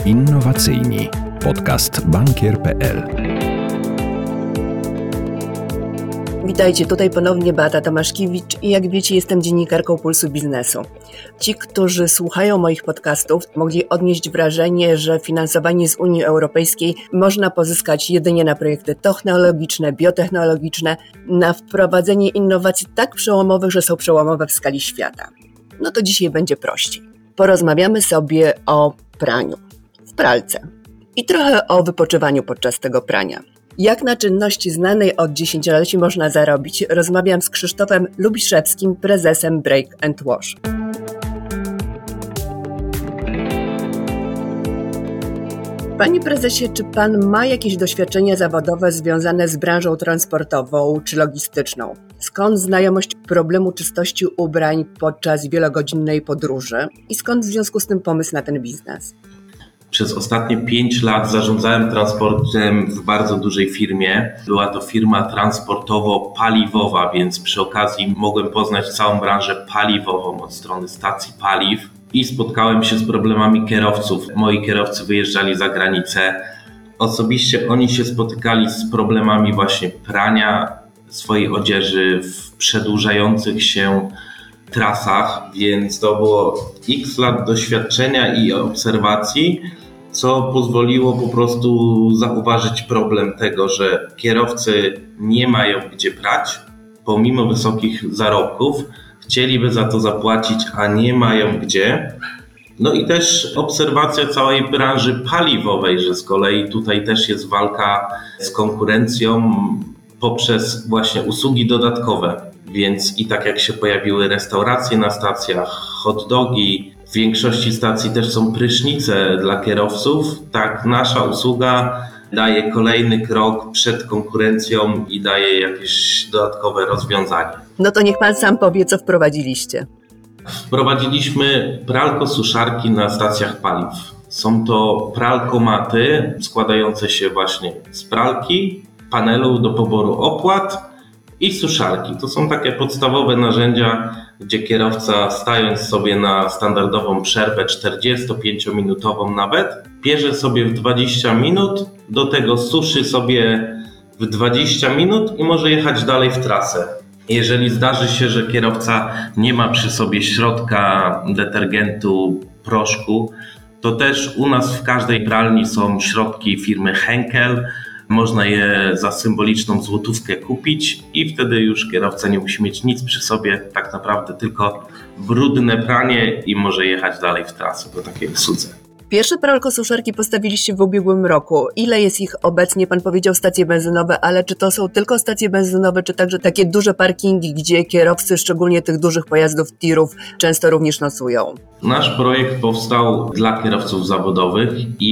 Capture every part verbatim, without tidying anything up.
Innowacyjni. Podcast bankier kropka pe el. Witajcie, tutaj ponownie Beata Tomaszkiewicz i jak wiecie, jestem dziennikarką Pulsu Biznesu. Ci, którzy słuchają moich podcastów, mogli odnieść wrażenie, że finansowanie z Unii Europejskiej można pozyskać jedynie na projekty technologiczne, biotechnologiczne, na wprowadzenie innowacji tak przełomowych, że są przełomowe w skali świata. No to dzisiaj będzie prościej. Porozmawiamy sobie o praniu w pralce i trochę o wypoczywaniu podczas tego prania. Jak na czynności znanej od dziesięcioleci można zarobić? Rozmawiam z Krzysztofem Lubiszewskim, prezesem Break and Wash. Panie prezesie, czy pan ma jakieś doświadczenia zawodowe związane z branżą transportową czy logistyczną? Skąd znajomość problemu czystości ubrań podczas wielogodzinnej podróży i skąd w związku z tym pomysł na ten biznes? Przez ostatnie pięć lat zarządzałem transportem w bardzo dużej firmie. Była to firma transportowo-paliwowa, więc przy okazji mogłem poznać całą branżę paliwową od strony stacji paliw i spotkałem się z problemami kierowców. Moi kierowcy wyjeżdżali za granicę. Osobiście oni się spotykali z problemami właśnie prania swojej odzieży w przedłużających się trasach, więc to było x lat doświadczenia i obserwacji, co pozwoliło po prostu zauważyć problem tego, że kierowcy nie mają gdzie prać, pomimo wysokich zarobków, chcieliby za to zapłacić, a nie mają gdzie. No i też obserwacja całej branży paliwowej, że z kolei tutaj też jest walka z konkurencją poprzez właśnie usługi dodatkowe. Więc i tak jak się pojawiły restauracje na stacjach, hot dogi, w większości stacji też są prysznice dla kierowców, tak nasza usługa daje kolejny krok przed konkurencją i daje jakieś dodatkowe rozwiązanie. No to niech pan sam powie, co wprowadziliście. Wprowadziliśmy pralko-suszarki na stacjach paliw. Są to pralkomaty składające się właśnie z pralki, panelu do poboru opłat i suszarki. To są takie podstawowe narzędzia, gdzie kierowca, stając sobie na standardową przerwę czterdziestopięciominutową nawet, bierze sobie w dwadzieścia minut, do tego suszy sobie w dwadzieścia minut i może jechać dalej w trasę. Jeżeli zdarzy się, że kierowca nie ma przy sobie środka detergentu, proszku, to też u nas w każdej pralni są środki firmy Henkel. Można je za symboliczną złotówkę kupić i wtedy już kierowca nie musi mieć nic przy sobie, tak naprawdę tylko brudne pranie i może jechać dalej w trasę po takiej usłudze. Pierwsze pralko-suszarki postawiliście w ubiegłym roku. Ile jest ich obecnie? Pan powiedział stacje benzynowe, ale czy to są tylko stacje benzynowe, czy także takie duże parkingi, gdzie kierowcy, szczególnie tych dużych pojazdów, tirów, często również nocują? Nasz projekt powstał dla kierowców zawodowych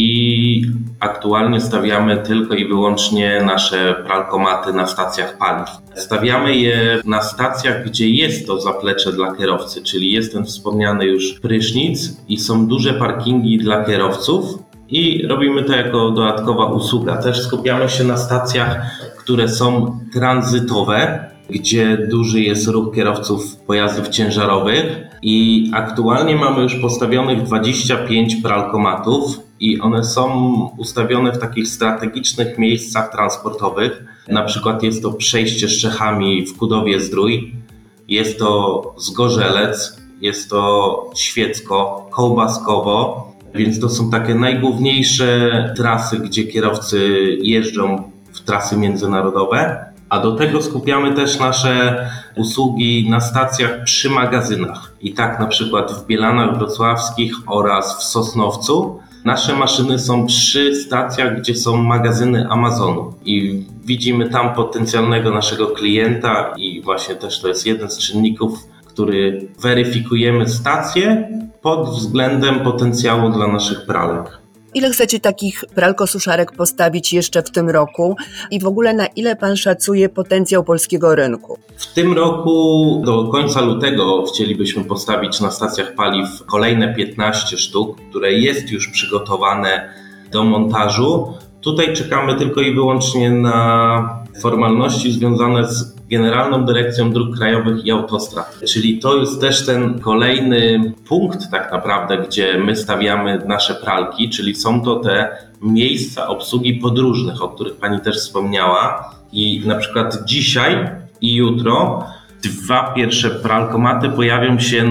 i aktualnie stawiamy tylko i wyłącznie nasze pralkomaty na stacjach paliw. Stawiamy je na stacjach, gdzie jest to zaplecze dla kierowcy, czyli jest ten wspomniany już prysznic i są duże parkingi dla kierowców i robimy to jako dodatkowa usługa. Też skupiamy się na stacjach, które są tranzytowe, gdzie duży jest ruch kierowców pojazdów ciężarowych i aktualnie mamy już postawionych dwadzieścia pięć pralkomatów i one są ustawione w takich strategicznych miejscach transportowych. Na przykład jest to przejście z Czechami w Kudowie-Zdrój, jest to Zgorzelec, jest to Świecko, Kołbaskowo, więc to są takie najgłówniejsze trasy, gdzie kierowcy jeżdżą w trasy międzynarodowe. A do tego skupiamy też nasze usługi na stacjach przy magazynach. I tak na przykład w Bielanach Wrocławskich oraz w Sosnowcu nasze maszyny są przy stacjach, gdzie są magazyny Amazonu. I widzimy tam potencjalnego naszego klienta i właśnie też to jest jeden z czynników, który weryfikujemy stacje pod względem potencjału dla naszych pralek. Ile chcecie takich pralko-suszarek postawić jeszcze w tym roku i w ogóle na ile pan szacuje potencjał polskiego rynku? W tym roku do końca lutego chcielibyśmy postawić na stacjach paliw kolejne piętnaście sztuk, które jest już przygotowane do montażu. Tutaj czekamy tylko i wyłącznie na formalności związane z Generalną Dyrekcją Dróg Krajowych i Autostrad. Czyli to jest też ten kolejny punkt tak naprawdę, gdzie my stawiamy nasze pralki, czyli są to te miejsca obsługi podróżnych, o których Pani też wspomniała. I na przykład dzisiaj i jutro dwa pierwsze pralkomaty pojawią się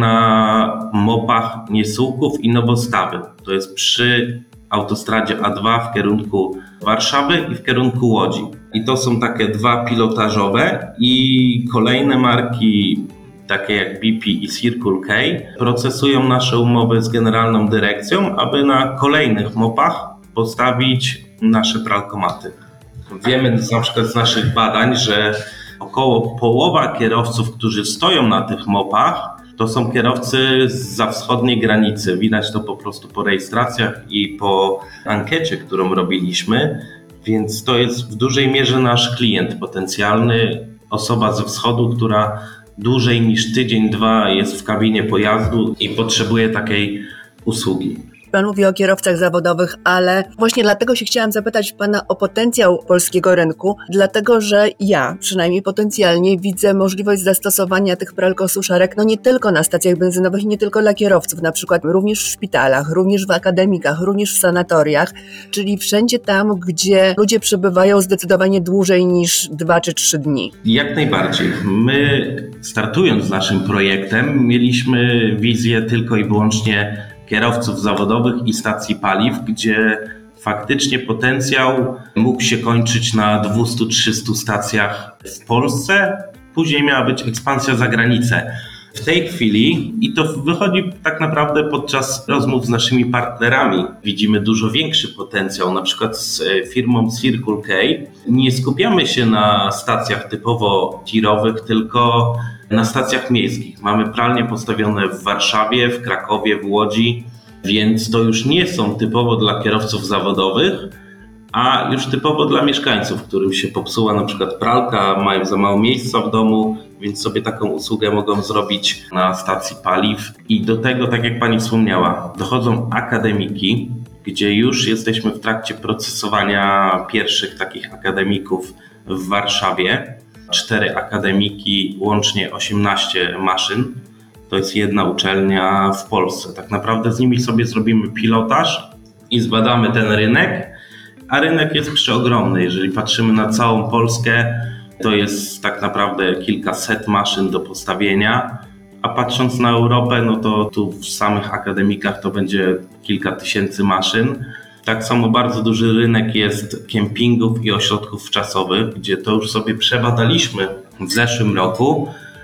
na mopach Niesułków i Nowostawy. To jest przy autostradzie A dwa w kierunku Warszawy i w kierunku Łodzi. I to są takie dwa pilotażowe i kolejne marki, takie jak B P i Circle K, procesują nasze umowy z Generalną Dyrekcją, aby na kolejnych mopach postawić nasze pralkomaty. Wiemy na przykład z naszych badań, że około połowa kierowców, którzy stoją na tych mopach, to są kierowcy zza wschodniej granicy. Widać to po prostu po rejestracjach i po ankiecie, którą robiliśmy, więc to jest w dużej mierze nasz klient potencjalny, osoba ze wschodu, która dłużej niż tydzień, dwa jest w kabinie pojazdu i potrzebuje takiej usługi. Pan mówi o kierowcach zawodowych, ale właśnie dlatego się chciałam zapytać Pana o potencjał polskiego rynku, dlatego że ja przynajmniej potencjalnie widzę możliwość zastosowania tych pralkosuszarek no nie tylko na stacjach benzynowych, nie tylko dla kierowców, na przykład również w szpitalach, również w akademikach, również w sanatoriach, czyli wszędzie tam, gdzie ludzie przebywają zdecydowanie dłużej niż dwa czy trzy dni. Jak najbardziej. My startując z naszym projektem mieliśmy wizję tylko i wyłącznie kierowców zawodowych i stacji paliw, gdzie faktycznie potencjał mógł się kończyć na dwieście do trzystu stacjach w Polsce. Później miała być ekspansja za granicę. W tej chwili, i to wychodzi tak naprawdę podczas rozmów z naszymi partnerami, widzimy dużo większy potencjał, na przykład z firmą Circle K. Nie skupiamy się na stacjach typowo tirowych, tylko na stacjach miejskich. Mamy pralnie postawione w Warszawie, w Krakowie, w Łodzi, więc to już nie są typowo dla kierowców zawodowych, a już typowo dla mieszkańców, którym się popsuła na przykład pralka, mają za mało miejsca w domu, więc sobie taką usługę mogą zrobić na stacji paliw. I do tego, tak jak Pani wspomniała, dochodzą akademiki, gdzie już jesteśmy w trakcie procesowania pierwszych takich akademików w Warszawie. Cztery akademiki, łącznie osiemnaście maszyn. To jest jedna uczelnia w Polsce. Tak naprawdę z nimi sobie zrobimy pilotaż i zbadamy ten rynek, a rynek jest przeogromny. Jeżeli patrzymy na całą Polskę, to jest tak naprawdę kilkaset maszyn do postawienia, a patrząc na Europę, no to tu w samych akademikach to będzie kilka tysięcy maszyn. Tak samo bardzo duży rynek jest kempingów i ośrodków wczasowych, gdzie to już sobie przebadaliśmy w zeszłym roku,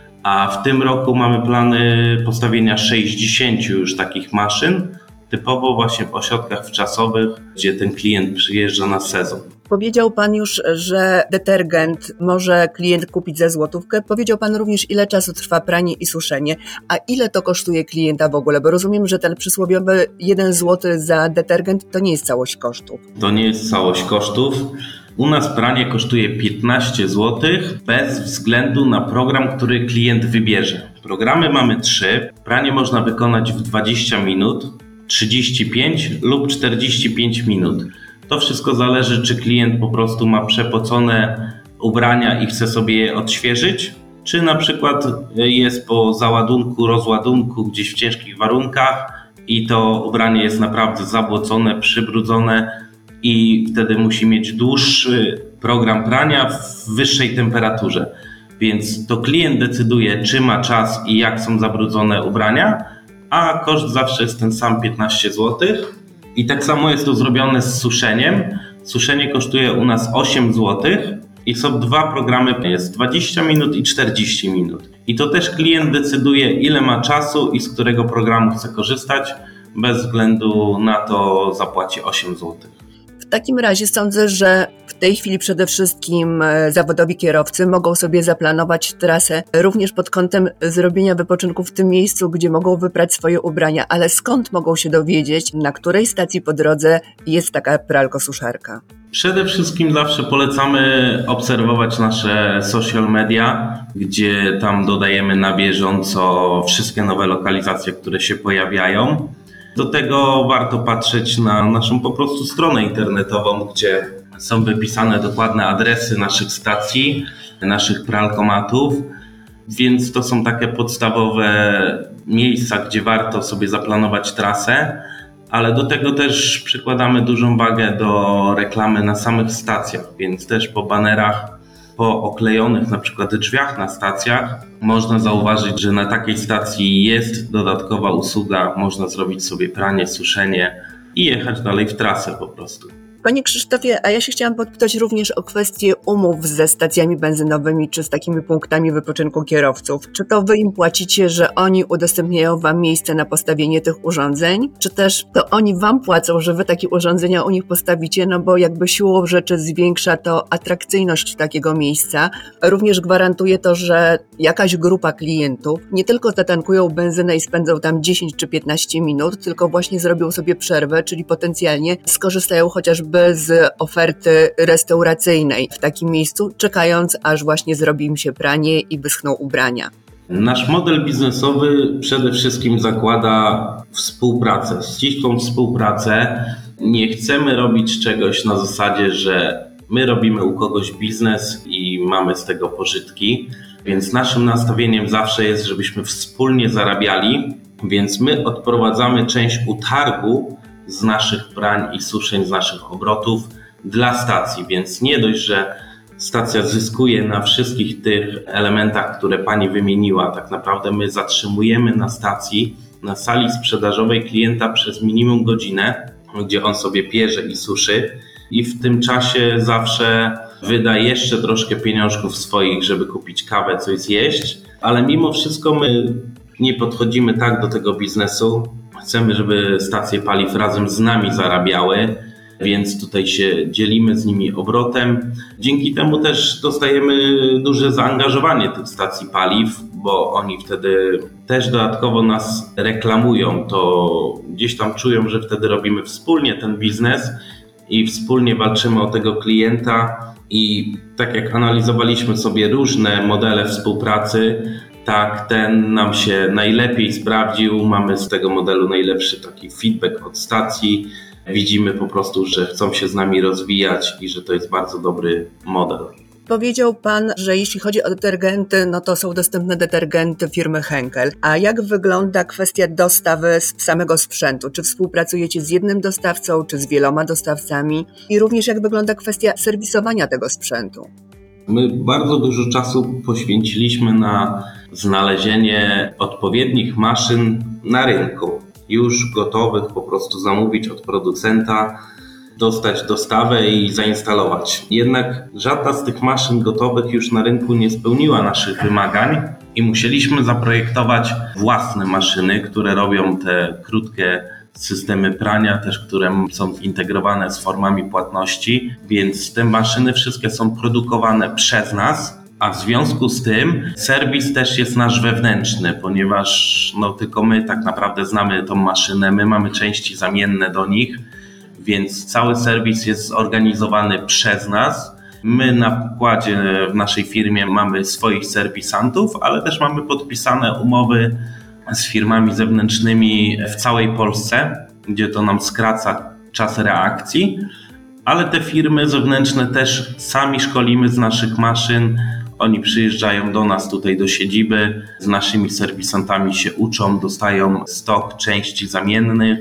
a w tym roku mamy plany postawienia sześćdziesięciu już takich maszyn, typowo właśnie w ośrodkach wczasowych, gdzie ten klient przyjeżdża na sezon. Powiedział Pan już, że detergent może klient kupić za złotówkę. Powiedział Pan również, ile czasu trwa pranie i suszenie, a ile to kosztuje klienta w ogóle, bo rozumiem, że ten przysłowiowy jeden złoty za detergent to nie jest całość kosztów. To nie jest całość kosztów. U nas pranie kosztuje piętnaście złotych bez względu na program, który klient wybierze. Programy mamy trzy. Pranie można wykonać w dwadzieścia minut, trzydzieści pięć lub czterdzieści pięć minut. To wszystko zależy, czy klient po prostu ma przepocone ubrania i chce sobie je odświeżyć, czy na przykład jest po załadunku, rozładunku gdzieś w ciężkich warunkach i to ubranie jest naprawdę zabłocone, przybrudzone i wtedy musi mieć dłuższy program prania w wyższej temperaturze. Więc to klient decyduje, czy ma czas i jak są zabrudzone ubrania, a koszt zawsze jest ten sam piętnaście złotych. I tak samo jest to zrobione z suszeniem. Suszenie kosztuje u nas osiem złotych i są dwa programy, jest dwadzieścia minut i czterdzieści minut. I to też klient decyduje, ile ma czasu i z którego programu chce korzystać. Bez względu na to zapłaci osiem złotych. W takim razie sądzę, że w tej chwili przede wszystkim zawodowi kierowcy mogą sobie zaplanować trasę również pod kątem zrobienia wypoczynku w tym miejscu, gdzie mogą wyprać swoje ubrania, ale skąd mogą się dowiedzieć, na której stacji po drodze jest taka pralkosuszarka? Przede wszystkim zawsze polecamy obserwować nasze social media, gdzie tam dodajemy na bieżąco wszystkie nowe lokalizacje, które się pojawiają. Do tego warto patrzeć na naszą po prostu stronę internetową, gdzie są wypisane dokładne adresy naszych stacji, naszych pralkomatów, więc to są takie podstawowe miejsca, gdzie warto sobie zaplanować trasę, ale do tego też przykładamy dużą wagę do reklamy na samych stacjach, więc też po banerach, po oklejonych na przykład drzwiach na stacjach można zauważyć, że na takiej stacji jest dodatkowa usługa, można zrobić sobie pranie, suszenie i jechać dalej w trasę po prostu. Panie Krzysztofie, a ja się chciałam podpytać również o kwestię umów ze stacjami benzynowymi czy z takimi punktami wypoczynku kierowców. Czy to wy im płacicie, że oni udostępniają wam miejsce na postawienie tych urządzeń? Czy też to oni wam płacą, że wy takie urządzenia u nich postawicie? No bo jakby siłą rzeczy zwiększa to atrakcyjność takiego miejsca. Również gwarantuje to, że jakaś grupa klientów nie tylko zatankują benzynę i spędzą tam dziesięć czy piętnaście minut, tylko właśnie zrobią sobie przerwę, czyli potencjalnie skorzystają chociażby z oferty restauracyjnej w takim miejscu, czekając aż właśnie zrobi im się pranie i wyschną ubrania. Nasz model biznesowy przede wszystkim zakłada współpracę, ścisłą współpracę. Nie chcemy robić czegoś na zasadzie, że my robimy u kogoś biznes i mamy z tego pożytki, więc naszym nastawieniem zawsze jest, żebyśmy wspólnie zarabiali, więc my odprowadzamy część utargu z naszych prań i suszeń, z naszych obrotów dla stacji, więc nie dość, że stacja zyskuje na wszystkich tych elementach, które pani wymieniła, tak naprawdę my zatrzymujemy na stacji, na sali sprzedażowej klienta przez minimum godzinę, gdzie on sobie pierze i suszy i w tym czasie zawsze wyda jeszcze troszkę pieniążków swoich, żeby kupić kawę, coś zjeść, ale mimo wszystko my nie podchodzimy tak do tego biznesu. Chcemy, żeby stacje paliw razem z nami zarabiały, więc tutaj się dzielimy z nimi obrotem. Dzięki temu też dostajemy duże zaangażowanie tych stacji paliw, bo oni wtedy też dodatkowo nas reklamują. To gdzieś tam czują, że wtedy robimy wspólnie ten biznes i wspólnie walczymy o tego klienta. I tak jak analizowaliśmy sobie różne modele współpracy, tak, ten nam się najlepiej sprawdził, mamy z tego modelu najlepszy taki feedback od stacji. Widzimy po prostu, że chcą się z nami rozwijać i że to jest bardzo dobry model. Powiedział Pan, że jeśli chodzi o detergenty, no to są dostępne detergenty firmy Henkel. A jak wygląda kwestia dostawy z samego sprzętu? Czy współpracujecie z jednym dostawcą, czy z wieloma dostawcami? I również jak wygląda kwestia serwisowania tego sprzętu? My bardzo dużo czasu poświęciliśmy na znalezienie odpowiednich maszyn na rynku, już gotowych, po prostu zamówić od producenta, dostać dostawę i zainstalować. Jednak żadna z tych maszyn gotowych już na rynku nie spełniła naszych wymagań i musieliśmy zaprojektować własne maszyny, które robią te krótkie systemy prania, też które są zintegrowane z formami płatności, więc te maszyny wszystkie są produkowane przez nas, a w związku z tym serwis też jest nasz wewnętrzny, ponieważ no, tylko my tak naprawdę znamy tą maszynę, my mamy części zamienne do nich, więc cały serwis jest zorganizowany przez nas. My na pokładzie w naszej firmie mamy swoich serwisantów, ale też mamy podpisane umowy z firmami zewnętrznymi w całej Polsce, gdzie to nam skraca czas reakcji, ale te firmy zewnętrzne też sami szkolimy z naszych maszyn. Oni przyjeżdżają do nas tutaj do siedziby, z naszymi serwisantami się uczą, dostają stok części zamiennych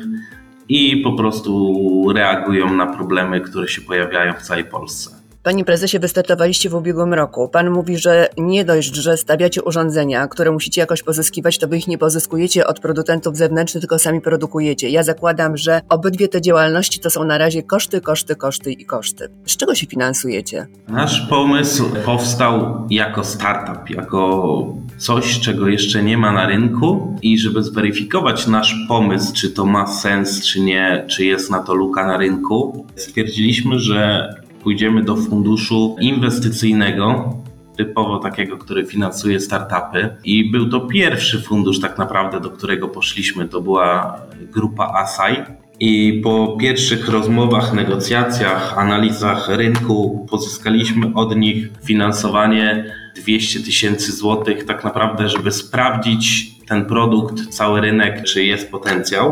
i po prostu reagują na problemy, które się pojawiają w całej Polsce. Panie prezesie, wystartowaliście w ubiegłym roku. Pan mówi, że nie dość, że stawiacie urządzenia, które musicie jakoś pozyskiwać, to wy ich nie pozyskujecie od producentów zewnętrznych, tylko sami produkujecie. Ja zakładam, że obydwie te działalności to są na razie koszty, koszty, koszty i koszty. Z czego się finansujecie? Nasz pomysł powstał jako startup, jako coś, czego jeszcze nie ma na rynku i żeby zweryfikować nasz pomysł, czy to ma sens, czy nie, czy jest na to luka na rynku, stwierdziliśmy, że pójdziemy do funduszu inwestycyjnego, typowo takiego, który finansuje startupy. I był to pierwszy fundusz tak naprawdę, do którego poszliśmy. To była grupa Asai. I po pierwszych rozmowach, negocjacjach, analizach rynku pozyskaliśmy od nich finansowanie dwieście tysięcy złotych tak naprawdę, żeby sprawdzić ten produkt, cały rynek, czy jest potencjał.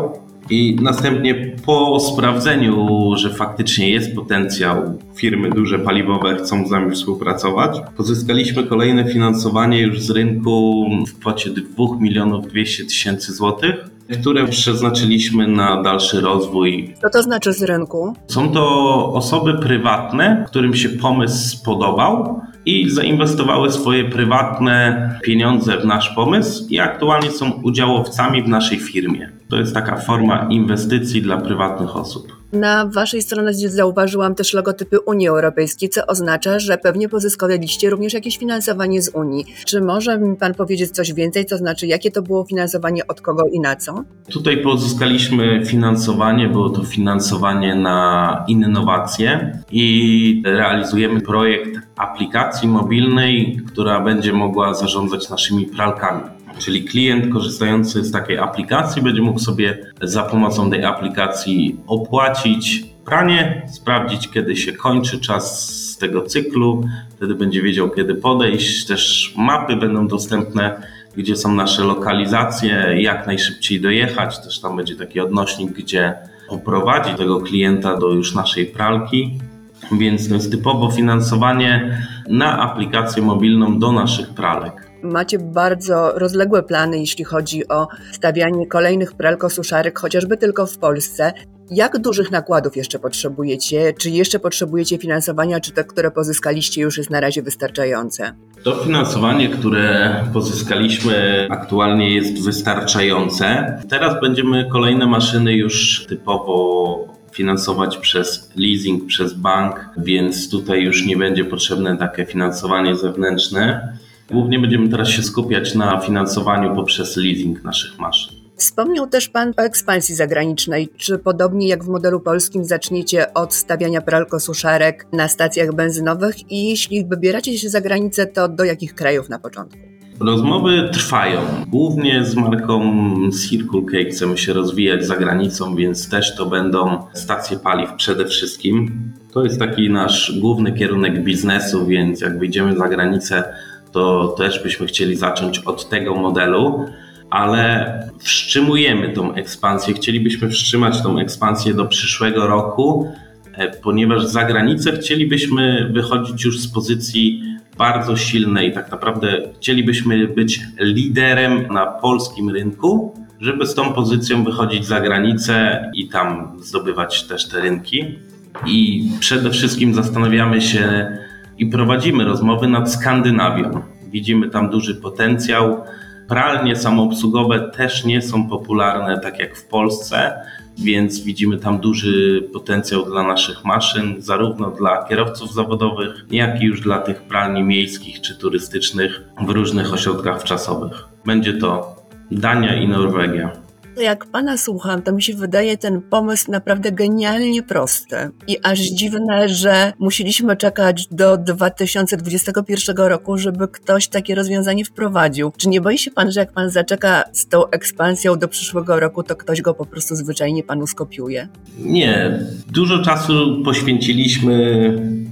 I następnie po sprawdzeniu, że faktycznie jest potencjał, firmy duże paliwowe chcą z nami współpracować, pozyskaliśmy kolejne finansowanie już z rynku w kwocie dwa miliony dwieście tysięcy złotych, które przeznaczyliśmy na dalszy rozwój. Co to znaczy z rynku? Są to osoby prywatne, którym się pomysł spodobał i zainwestowały swoje prywatne pieniądze w nasz pomysł i aktualnie są udziałowcami w naszej firmie. To jest taka forma inwestycji dla prywatnych osób. Na waszej stronie zauważyłam też logotypy Unii Europejskiej, co oznacza, że pewnie pozyskaliście również jakieś finansowanie z Unii. Czy może mi pan powiedzieć coś więcej, to znaczy jakie to było finansowanie, od kogo i na co? Tutaj pozyskaliśmy finansowanie, było to finansowanie na innowacje i realizujemy projekt aplikacji mobilnej, która będzie mogła zarządzać naszymi pralkami. Czyli klient korzystający z takiej aplikacji będzie mógł sobie za pomocą tej aplikacji opłacić pranie, sprawdzić kiedy się kończy czas z tego cyklu, wtedy będzie wiedział kiedy podejść. Też mapy będą dostępne, gdzie są nasze lokalizacje, jak najszybciej dojechać. Też tam będzie taki odnośnik, gdzie oprowadzi tego klienta do już naszej pralki. Więc to jest typowo finansowanie na aplikację mobilną do naszych pralek. Macie bardzo rozległe plany, jeśli chodzi o stawianie kolejnych pralkosuszarek, chociażby tylko w Polsce. Jak dużych nakładów jeszcze potrzebujecie? Czy jeszcze potrzebujecie finansowania, czy te, które pozyskaliście, już jest na razie wystarczające? To finansowanie, które pozyskaliśmy, aktualnie jest wystarczające. Teraz będziemy kolejne maszyny już typowo finansować przez leasing, przez bank, więc tutaj już nie będzie potrzebne takie finansowanie zewnętrzne. Głównie będziemy teraz się skupiać na finansowaniu poprzez leasing naszych maszyn. Wspomniał też pan o ekspansji zagranicznej. Czy podobnie jak w modelu polskim zaczniecie od stawiania pralkosuszarek na stacjach benzynowych i jeśli wybieracie się za granicę, to do jakich krajów na początku? Rozmowy trwają. Głównie z marką Circle K chcemy się rozwijać za granicą, więc też to będą stacje paliw przede wszystkim. To jest taki nasz główny kierunek biznesu, więc jak wyjdziemy za granicę, to też byśmy chcieli zacząć od tego modelu, ale wstrzymujemy tą ekspansję. Chcielibyśmy wstrzymać tą ekspansję do przyszłego roku, ponieważ za granicę chcielibyśmy wychodzić już z pozycji bardzo silnej. Tak naprawdę chcielibyśmy być liderem na polskim rynku, żeby z tą pozycją wychodzić za granicę i tam zdobywać też te rynki. I przede wszystkim zastanawiamy się i prowadzimy rozmowy nad Skandynawią. Widzimy tam duży potencjał. Pralnie samoobsługowe też nie są popularne tak jak w Polsce, więc widzimy tam duży potencjał dla naszych maszyn, zarówno dla kierowców zawodowych, jak i już dla tych pralni miejskich czy turystycznych w różnych ośrodkach wczasowych. Będzie to Dania i Norwegia. Jak pana słucham, to mi się wydaje ten pomysł naprawdę genialnie prosty i aż dziwne, że musieliśmy czekać do dwa tysiące dwudziestego pierwszego roku, żeby ktoś takie rozwiązanie wprowadził. Czy nie boi się pan, że jak pan zaczeka z tą ekspansją do przyszłego roku, to ktoś go po prostu zwyczajnie panu skopiuje? Nie. Dużo czasu poświęciliśmy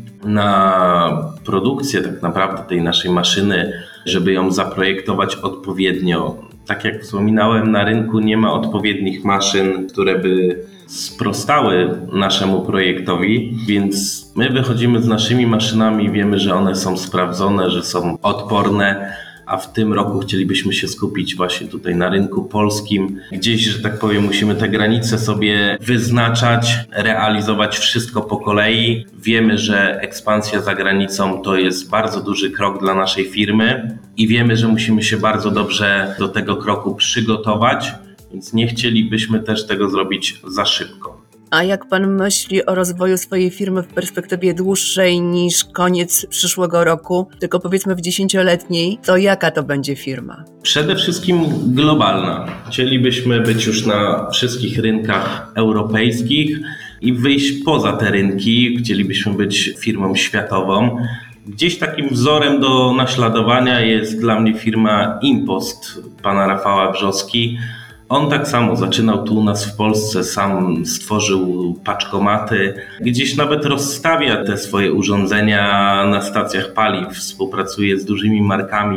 na produkcję tak naprawdę tej naszej maszyny, żeby ją zaprojektować odpowiednio. Tak jak wspominałem, na rynku nie ma odpowiednich maszyn, które by sprostały naszemu projektowi, więc my wychodzimy z naszymi maszynami, wiemy, że one są sprawdzone, że są odporne, a w tym roku chcielibyśmy się skupić właśnie tutaj na rynku polskim. Gdzieś, że tak powiem, musimy te granice sobie wyznaczać, realizować wszystko po kolei. Wiemy, że ekspansja za granicą to jest bardzo duży krok dla naszej firmy i wiemy, że musimy się bardzo dobrze do tego kroku przygotować, więc nie chcielibyśmy też tego zrobić za szybko. A jak pan myśli o rozwoju swojej firmy w perspektywie dłuższej niż koniec przyszłego roku, tylko powiedzmy w dziesięcioletniej, to jaka to będzie firma? Przede wszystkim globalna. Chcielibyśmy być już na wszystkich rynkach europejskich i wyjść poza te rynki. Chcielibyśmy być firmą światową. Gdzieś takim wzorem do naśladowania jest dla mnie firma Impost pana Rafała Brzoski. On tak samo zaczynał tu u nas w Polsce, sam stworzył paczkomaty, gdzieś nawet rozstawia te swoje urządzenia na stacjach paliw, współpracuje z dużymi markami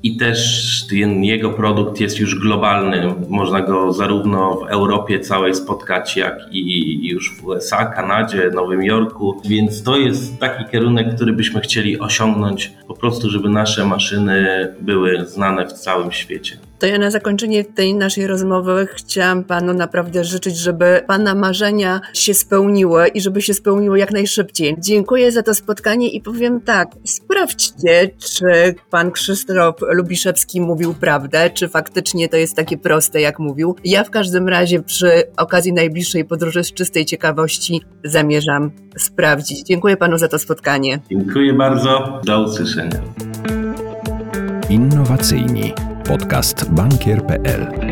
i też ten jego produkt jest już globalny. Można go zarówno w Europie całej spotkać, jak i już w U S A, Kanadzie, Nowym Jorku, więc to jest taki kierunek, który byśmy chcieli osiągnąć, po prostu żeby nasze maszyny były znane w całym świecie. To ja na zakończenie tej naszej rozmowy chciałam Panu naprawdę życzyć, żeby Pana marzenia się spełniły i żeby się spełniły jak najszybciej. Dziękuję za to spotkanie i powiem tak, sprawdźcie, czy Pan Krzysztof Lubiszewski mówił prawdę, czy faktycznie to jest takie proste, jak mówił. Ja w każdym razie przy okazji najbliższej podróży z czystej ciekawości zamierzam sprawdzić. Dziękuję Panu za to spotkanie. Dziękuję bardzo. Do usłyszenia. Innowacyjni. Podcast bankier kropka p l